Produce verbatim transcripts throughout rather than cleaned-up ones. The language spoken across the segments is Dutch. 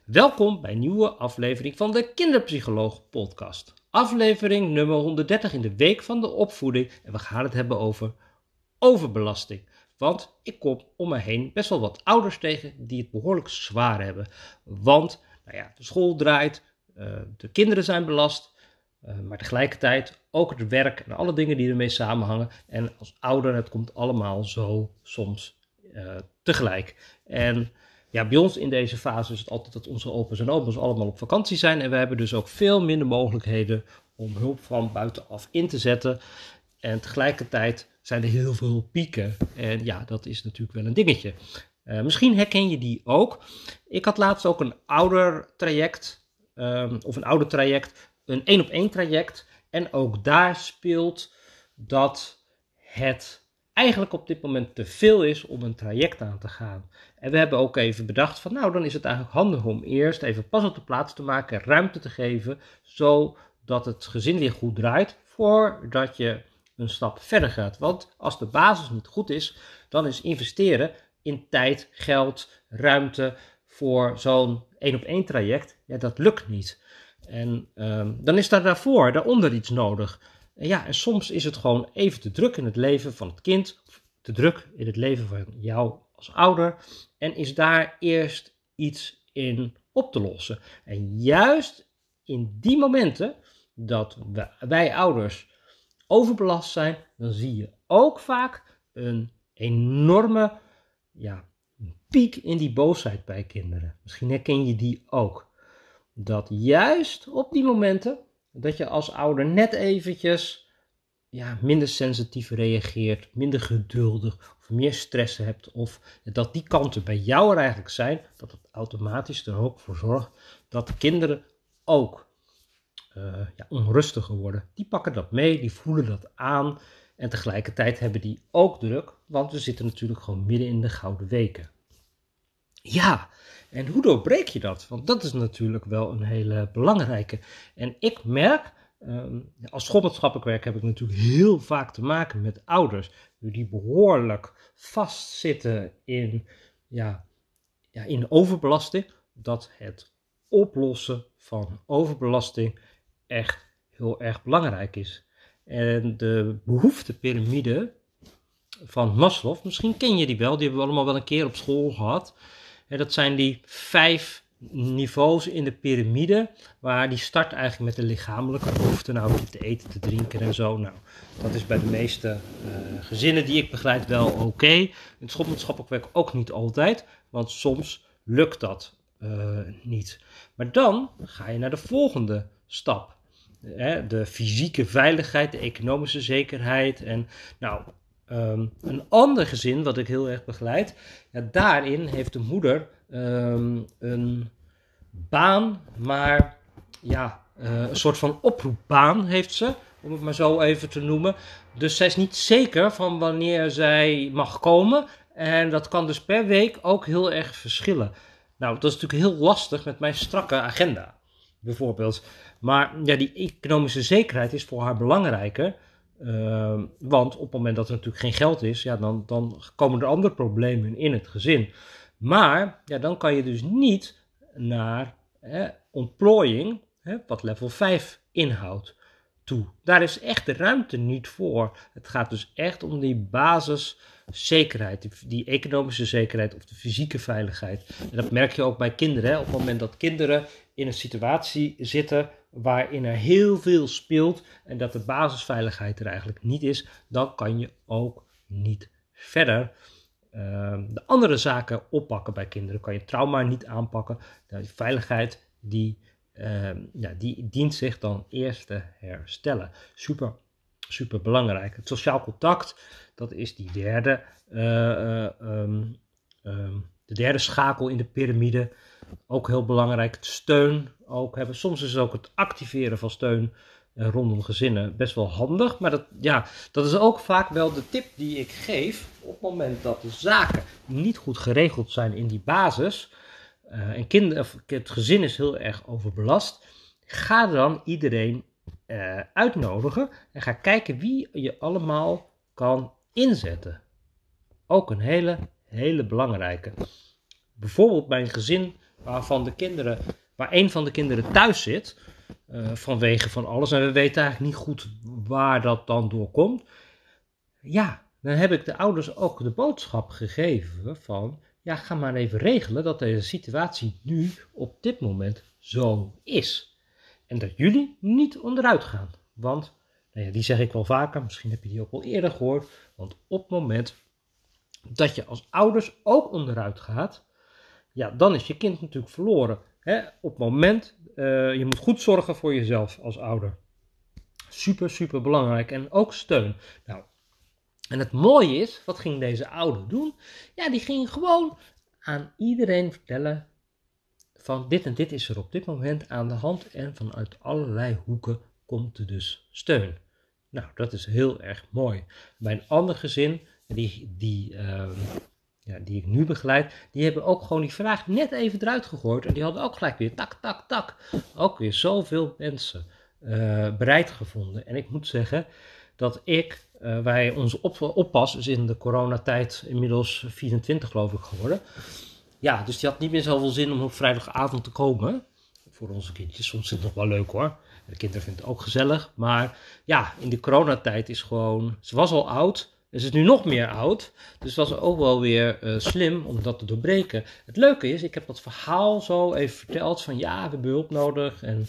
Welkom bij een nieuwe aflevering van de Kinderpsycholoog podcast. Aflevering nummer honderddertig in de week van de opvoeding. En we gaan het hebben over overbelasting. Want ik kom om me heen best wel wat ouders tegen die het behoorlijk zwaar hebben. Want nou ja, de school draait, uh, de kinderen zijn belast. Uh, maar tegelijkertijd ook het werk en alle dingen die ermee samenhangen. En als ouder, het komt allemaal zo soms uh, tegelijk. En ja, bij ons in deze fase is het altijd dat onze opa's en oma's allemaal op vakantie zijn. En we hebben dus ook veel minder mogelijkheden om hulp van buitenaf in te zetten. En tegelijkertijd zijn er heel veel pieken. En ja, dat is natuurlijk wel een dingetje. Uh, misschien herken je die ook. Ik had laatst ook een oudertraject, um, of een oudertraject, een één-op-één traject. En ook daar speelt dat het eigenlijk op dit moment te veel is om een traject aan te gaan. En we hebben ook even bedacht van nou, dan is het eigenlijk handig om eerst even pas op de plaats te maken, ruimte te geven, zodat het gezin weer goed draait, voordat je een stap verder gaat. Want als de basis niet goed is, dan is investeren in tijd, geld, ruimte voor zo'n één-op-één traject, ja, dat lukt niet. En um, dan is daar daarvoor, daaronder iets nodig. En ja, en soms is het gewoon even te druk in het leven van het kind, te druk in het leven van jou als ouder, en is daar eerst iets in op te lossen. En juist in die momenten dat wij, wij ouders overbelast zijn, dan zie je ook vaak een enorme ja, piek in die boosheid bij kinderen. Misschien herken je die ook. Dat juist op die momenten dat je als ouder net eventjes ja, minder sensitief reageert, minder geduldig of meer stress hebt, of dat die kanten bij jou er eigenlijk zijn, dat het automatisch er ook voor zorgt dat de kinderen ook uh, ja, onrustiger worden. Die pakken dat mee, die voelen dat aan en tegelijkertijd hebben die ook druk, want we zitten natuurlijk gewoon midden in de gouden weken. Ja, en hoe doorbreek je dat? Want dat is natuurlijk wel een hele belangrijke. En ik merk, um, als schoolmaatschappelijk werk heb ik natuurlijk heel vaak te maken met ouders die behoorlijk vastzitten in, ja, ja, in overbelasting. Dat het oplossen van overbelasting echt heel erg belangrijk is. En de behoeftepiramide van Maslow, misschien ken je die wel, die hebben we allemaal wel een keer op school gehad. En dat zijn die vijf niveaus in de piramide, waar die start eigenlijk met de lichamelijke behoeften, nou te eten, te drinken en zo. Nou, dat is bij de meeste uh, gezinnen die ik begeleid wel oké. Okay. In het schoolmaatschappelijk werk ook niet altijd, want soms lukt dat uh, niet. Maar dan ga je naar de volgende stap. Hè, de fysieke veiligheid, de economische zekerheid en nou... Um, een ander gezin, wat ik heel erg begeleid, ja, daarin heeft de moeder um, een baan, maar ja, uh, een soort van oproepbaan heeft ze, om het maar zo even te noemen. Dus zij is niet zeker van wanneer zij mag komen en dat kan dus per week ook heel erg verschillen. Nou, dat is natuurlijk heel lastig met mijn strakke agenda, bijvoorbeeld. Maar ja, die economische zekerheid is voor haar belangrijker. Uh, want op het moment dat er natuurlijk geen geld is, ja, dan, dan komen er andere problemen in het gezin. Maar ja, dan kan je dus niet naar hè, ontplooiing, hè, wat level vijf inhoudt, toe. Daar is echt de ruimte niet voor. Het gaat dus echt om die basiszekerheid, die, die economische zekerheid of de fysieke veiligheid. En dat merk je ook bij kinderen. Hè. Op het moment dat kinderen in een situatie zitten waarin er heel veel speelt en dat de basisveiligheid er eigenlijk niet is, dan kan je ook niet verder uh, de andere zaken oppakken bij kinderen. Kan je trauma niet aanpakken. Nou, die veiligheid die, uh, ja, die dient zich dan eerst te herstellen. Super, super belangrijk. Het sociaal contact, dat is die derde, uh, uh, um, um, de derde schakel in de piramide. Ook heel belangrijk, het steun ook hebben. Soms is ook het activeren van steun eh, rondom gezinnen best wel handig. Maar dat, ja, dat is ook vaak wel de tip die ik geef op het moment dat de zaken niet goed geregeld zijn in die basis. Uh, en kind, of het gezin is heel erg overbelast. Ga dan iedereen uh, uitnodigen en ga kijken wie je allemaal kan inzetten. Ook een hele, hele belangrijke. Bijvoorbeeld bij een gezin waarvan de kinderen, waar een van de kinderen thuis zit, uh, vanwege van alles, en we weten eigenlijk niet goed waar dat dan door komt, ja, dan heb ik de ouders ook de boodschap gegeven van, ja, ga maar even regelen dat deze situatie nu op dit moment zo is. En dat jullie niet onderuit gaan. Want, nou ja, die zeg ik wel vaker, misschien heb je die ook al eerder gehoord, want op het moment dat je als ouders ook onderuit gaat, ja, dan is je kind natuurlijk verloren. Hè? Op het moment, uh, je moet goed zorgen voor jezelf als ouder. Super, super belangrijk. En ook steun. Nou, en het mooie is, wat ging deze ouder doen? Ja, die ging gewoon aan iedereen vertellen van dit en dit is er op dit moment aan de hand en vanuit allerlei hoeken komt er dus steun. Nou, dat is heel erg mooi. Bij een ander gezin, die, die, uh, ja, die ik nu begeleid, die hebben ook gewoon die vraag net even eruit gegooid en die hadden ook gelijk weer tak, tak, tak. Ook weer zoveel mensen uh, bereid gevonden. En ik moet zeggen dat ik, uh, wij onze op, oppas is in de coronatijd inmiddels vierentwintig geloof ik geworden. Ja, dus die had niet meer zoveel zin om op vrijdagavond te komen. Voor onze kindjes. Soms is het nog wel leuk hoor. De kinderen vinden het ook gezellig. Maar ja, in de coronatijd is gewoon... Ze was al oud. En ze is nu nog meer oud. Dus het was ook wel weer uh, slim om dat te doorbreken. Het leuke is, ik heb dat verhaal zo even verteld. Van ja, we hebben hulp nodig. En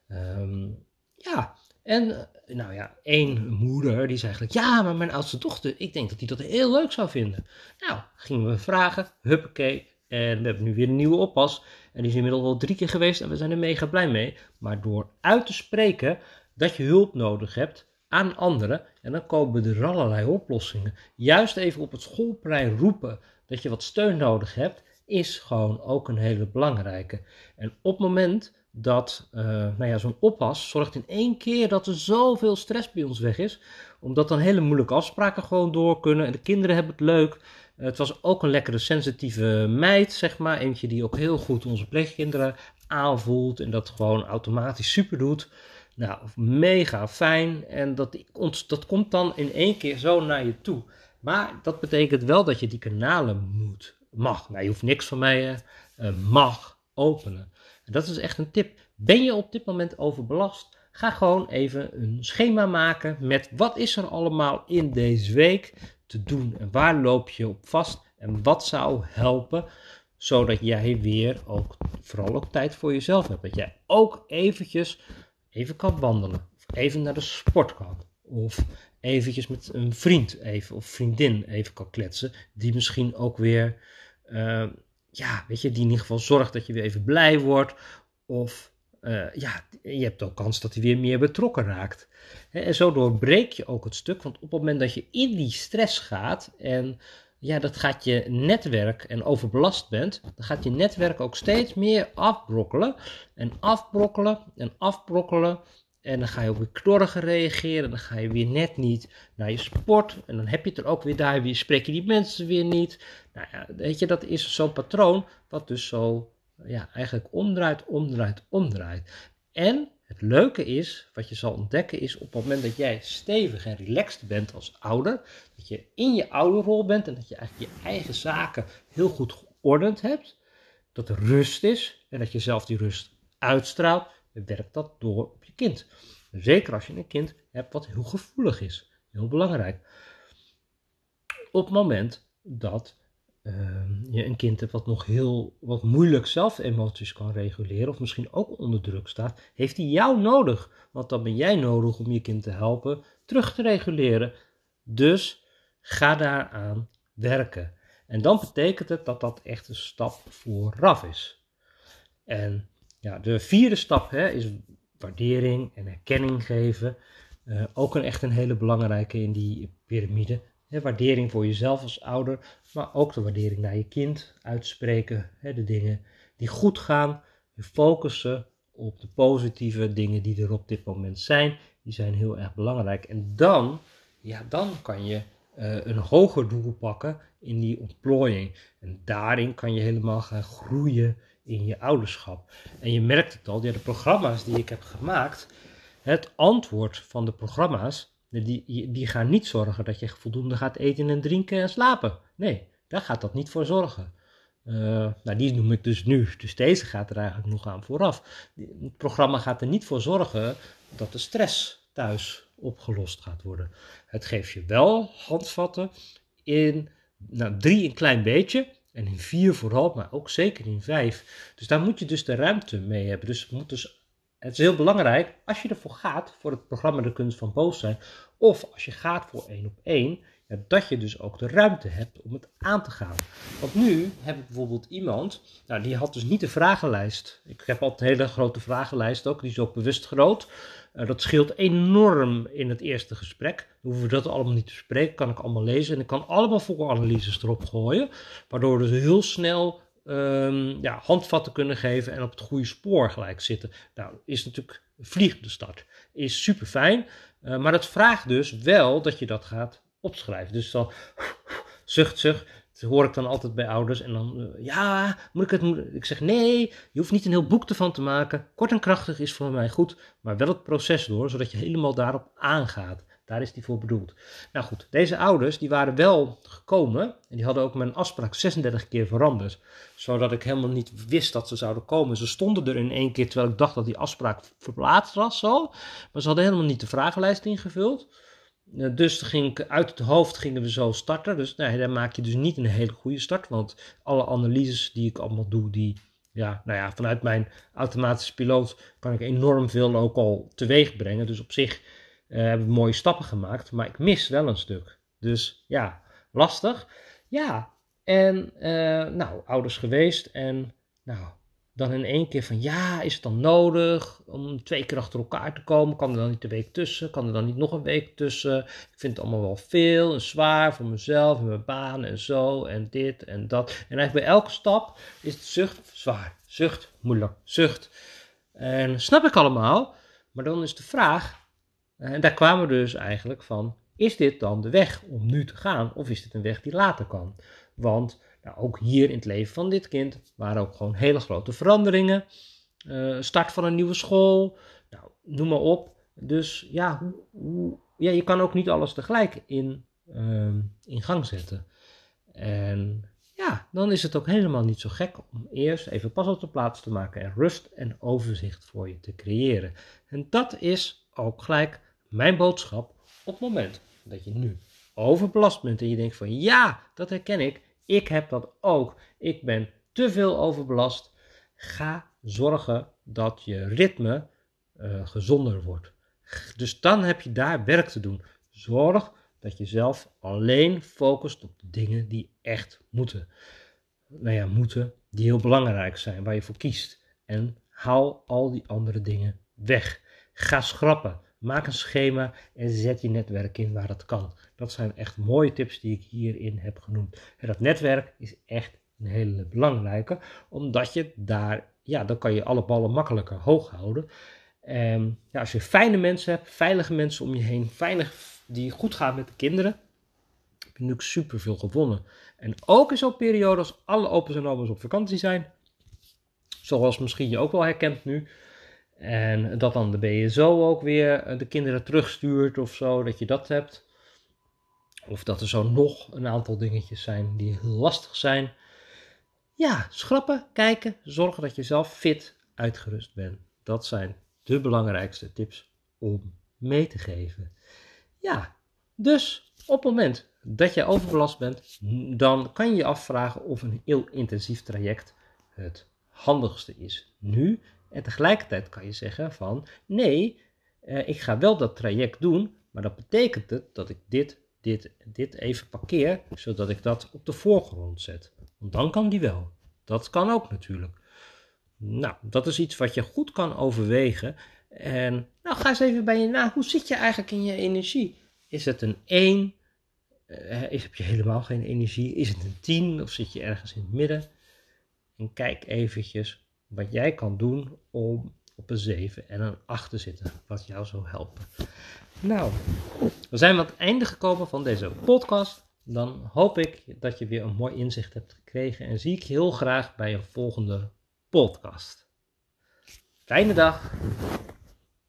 um, ja... En nou ja, één moeder die zei eigenlijk, ja, maar mijn oudste dochter, ik denk dat die dat heel leuk zou vinden. Nou, gingen we vragen, huppakee. En we hebben nu weer een nieuwe oppas. En die is inmiddels al drie keer geweest en we zijn er mega blij mee. Maar door uit te spreken dat je hulp nodig hebt aan anderen. En dan komen er allerlei oplossingen. Juist even op het schoolplein roepen dat je wat steun nodig hebt, is gewoon ook een hele belangrijke. En op het moment dat uh, nou ja, zo'n oppas zorgt in één keer dat er zoveel stress bij ons weg is. Omdat dan hele moeilijke afspraken gewoon door kunnen. En de kinderen hebben het leuk. Uh, het was ook een lekkere sensitieve meid, zeg maar. Eentje die ook heel goed onze pleegkinderen aanvoelt. En dat gewoon automatisch super doet. Nou, mega fijn. En dat, dat komt dan in één keer zo naar je toe. Maar dat betekent wel dat je die kanalen moet, mag. Nou, je hoeft niks van mij, uh, mag openen. En dat is echt een tip. Ben je op dit moment overbelast? Ga gewoon even een schema maken met wat is er allemaal in deze week te doen. En waar loop je op vast? En wat zou helpen, zodat jij weer ook, vooral ook tijd voor jezelf hebt. Dat jij ook eventjes even kan wandelen. Of even naar de sport kan. Of eventjes met een vriend even, of vriendin even kan kletsen. Die misschien ook weer... Uh, Ja, weet je, die in ieder geval zorgt dat je weer even blij wordt. Of uh, ja, je hebt ook kans dat hij weer meer betrokken raakt. En zo doorbreek je ook het stuk. Want op het moment dat je in die stress gaat en ja, dat gaat je netwerk en overbelast bent, dan gaat je netwerk ook steeds meer afbrokkelen. En afbrokkelen en afbrokkelen. En dan ga je ook weer knorrig reageren. Dan ga je weer net niet naar je sport. En dan heb je het er ook weer daar. Weer spreek je die mensen weer niet. Nou ja, weet je, dat is zo'n patroon. Wat dus zo, ja, eigenlijk omdraait, omdraait, omdraait. En het leuke is, wat je zal ontdekken, is op het moment dat jij stevig en relaxed bent als ouder. Dat je in je ouderrol bent. En dat je eigenlijk je eigen zaken heel goed geordend hebt. Dat er rust is. En dat je zelf die rust uitstraalt. Werkt dat door op je kind. Zeker als je een kind hebt wat heel gevoelig is. Heel belangrijk. Op het moment dat uh, je een kind hebt wat nog heel wat moeilijk zelf emoties kan reguleren. Of misschien ook onder druk staat. Heeft hij jou nodig. Want dan ben jij nodig om je kind te helpen terug te reguleren. Dus ga daaraan werken. En dan betekent het dat dat echt een stap vooraf is. En ja, de vierde stap hè, is waardering en erkenning geven. Uh, ook een echt een hele belangrijke in die piramide. Hè, waardering voor jezelf als ouder, maar ook de waardering naar je kind uitspreken. Hè, de dingen die goed gaan, je focussen op de positieve dingen die er op dit moment zijn. Die zijn heel erg belangrijk. En dan, ja, dan kan je uh, een hoger doel pakken in die ontplooiing. En daarin kan je helemaal gaan groeien in je ouderschap. En je merkt het al, ja, de programma's die ik heb gemaakt, het antwoord van de programma's, die, die gaan niet zorgen dat je voldoende gaat eten en drinken en slapen. Nee, daar gaat dat niet voor zorgen. Uh, nou, die noem ik dus nu. Dus deze gaat er eigenlijk nog aan vooraf. Het programma gaat er niet voor zorgen dat de stress thuis opgelost gaat worden. Het geeft je wel handvatten in nou, drie een klein beetje en in vier vooral, maar ook zeker in vijf. Dus daar moet je dus de ruimte mee hebben. Dus het, moet dus, het is heel belangrijk als je ervoor gaat, voor het programma De Kunst van Boos Zijn, of als je gaat voor één op één, ja, dat je dus ook de ruimte hebt om het aan te gaan. Want nu heb ik bijvoorbeeld iemand, nou, die had dus niet de vragenlijst. Ik heb altijd een hele grote vragenlijst ook, die is ook bewust groot. Uh, dat scheelt enorm in het eerste gesprek. Dan hoeven we dat allemaal niet te bespreken, kan ik allemaal lezen. En ik kan allemaal vooranalyses erop gooien, waardoor we dus heel snel um, ja, handvatten kunnen geven en op het goede spoor gelijk zitten. Nou, is natuurlijk vliegende start. Is super fijn, uh, maar dat vraagt dus wel dat je dat gaat opschrijven. Dus dan zucht, zucht. Dat hoor ik dan altijd bij ouders. En dan, uh, ja, moet ik het... Moet... Ik zeg, nee, je hoeft niet een heel boek ervan te maken. Kort en krachtig is voor mij goed, maar wel het proces door, zodat je helemaal daarop aangaat. Daar is die voor bedoeld. Nou goed, deze ouders, die waren wel gekomen. En die hadden ook mijn afspraak zesendertig keer veranderd. Zodat ik helemaal niet wist dat ze zouden komen. Ze stonden er in één keer, terwijl ik dacht dat die afspraak verplaatst was zo. Maar ze hadden helemaal niet de vragenlijst ingevuld. Dus ging ik uit het hoofd gingen we zo starten. Dus nee, dan maak je dus niet een hele goede start. Want alle analyses die ik allemaal doe, die, ja, nou ja, vanuit mijn automatische piloot kan ik enorm veel ook al teweeg brengen. Dus op zich uh, hebben we mooie stappen gemaakt. Maar ik mis wel een stuk. Dus ja, lastig. Ja, en uh, nou, ouders geweest. En nou, dan in één keer van, ja, is het dan nodig om twee keer achter elkaar te komen? Kan er dan niet de week tussen? Kan er dan niet nog een week tussen? Ik vind het allemaal wel veel en zwaar voor mezelf en mijn baan en zo en dit en dat. En eigenlijk bij elke stap is het zucht zwaar, zucht moeilijk, zucht. En snap ik allemaal, maar dan is de vraag, en daar kwamen we dus eigenlijk van, is dit dan de weg om nu te gaan of is dit een weg die later kan? Want nou, ook hier in het leven van dit kind waren ook gewoon hele grote veranderingen. Uh, start van een nieuwe school, nou, noem maar op. Dus ja, hoe, hoe, ja, je kan ook niet alles tegelijk in, uh, in gang zetten. En ja, dan is het ook helemaal niet zo gek om eerst even pas op de plaats te maken en rust en overzicht voor je te creëren. En dat is ook gelijk mijn boodschap op het moment dat je nu overbelast bent en je denkt van ja, dat herken ik. Ik heb dat ook. Ik ben te veel overbelast. Ga zorgen dat je ritme uh, gezonder wordt. Dus dan heb je daar werk te doen. Zorg dat je zelf alleen focust op de dingen die echt moeten. Nou ja, moeten, die heel belangrijk zijn, waar je voor kiest. En haal al die andere dingen weg. Ga schrappen. Maak een schema en zet je netwerk in waar dat kan. Dat zijn echt mooie tips die ik hierin heb genoemd. En dat netwerk is echt een hele belangrijke, omdat je daar, ja, dan kan je alle ballen makkelijker hoog houden. En ja, als je fijne mensen hebt, veilige mensen om je heen, veilig, die goed gaan met de kinderen, heb je natuurlijk superveel gewonnen. En ook in zo'n periode als alle opa's en oma's op vakantie zijn, zoals misschien je ook wel herkent nu, en dat dan de B S O ook weer de kinderen terugstuurt of zo, dat je dat hebt. Of dat er zo nog een aantal dingetjes zijn die heel lastig zijn. Ja, schrappen, kijken, zorgen dat je zelf fit uitgerust bent. Dat zijn de belangrijkste tips om mee te geven. Ja, dus op het moment dat je overbelast bent, dan kan je je afvragen of een heel intensief traject het handigste is nu. En tegelijkertijd kan je zeggen van, nee, eh, ik ga wel dat traject doen, maar dat betekent het dat ik dit, dit, dit even parkeer, zodat ik dat op de voorgrond zet. Want dan kan die wel. Dat kan ook natuurlijk. Nou, dat is iets wat je goed kan overwegen. En nou, ga eens even bij je na, hoe zit je eigenlijk in je energie? Is het een één? Uh, is, heb je helemaal geen energie? Is het een tien of zit je ergens in het midden? En kijk eventjes wat jij kan doen om op een zeven en een acht te zitten, wat jou zou helpen. Nou, we zijn aan het einde gekomen van deze podcast. Dan hoop ik dat je weer een mooi inzicht hebt gekregen en zie ik je heel graag bij een volgende podcast. Fijne dag!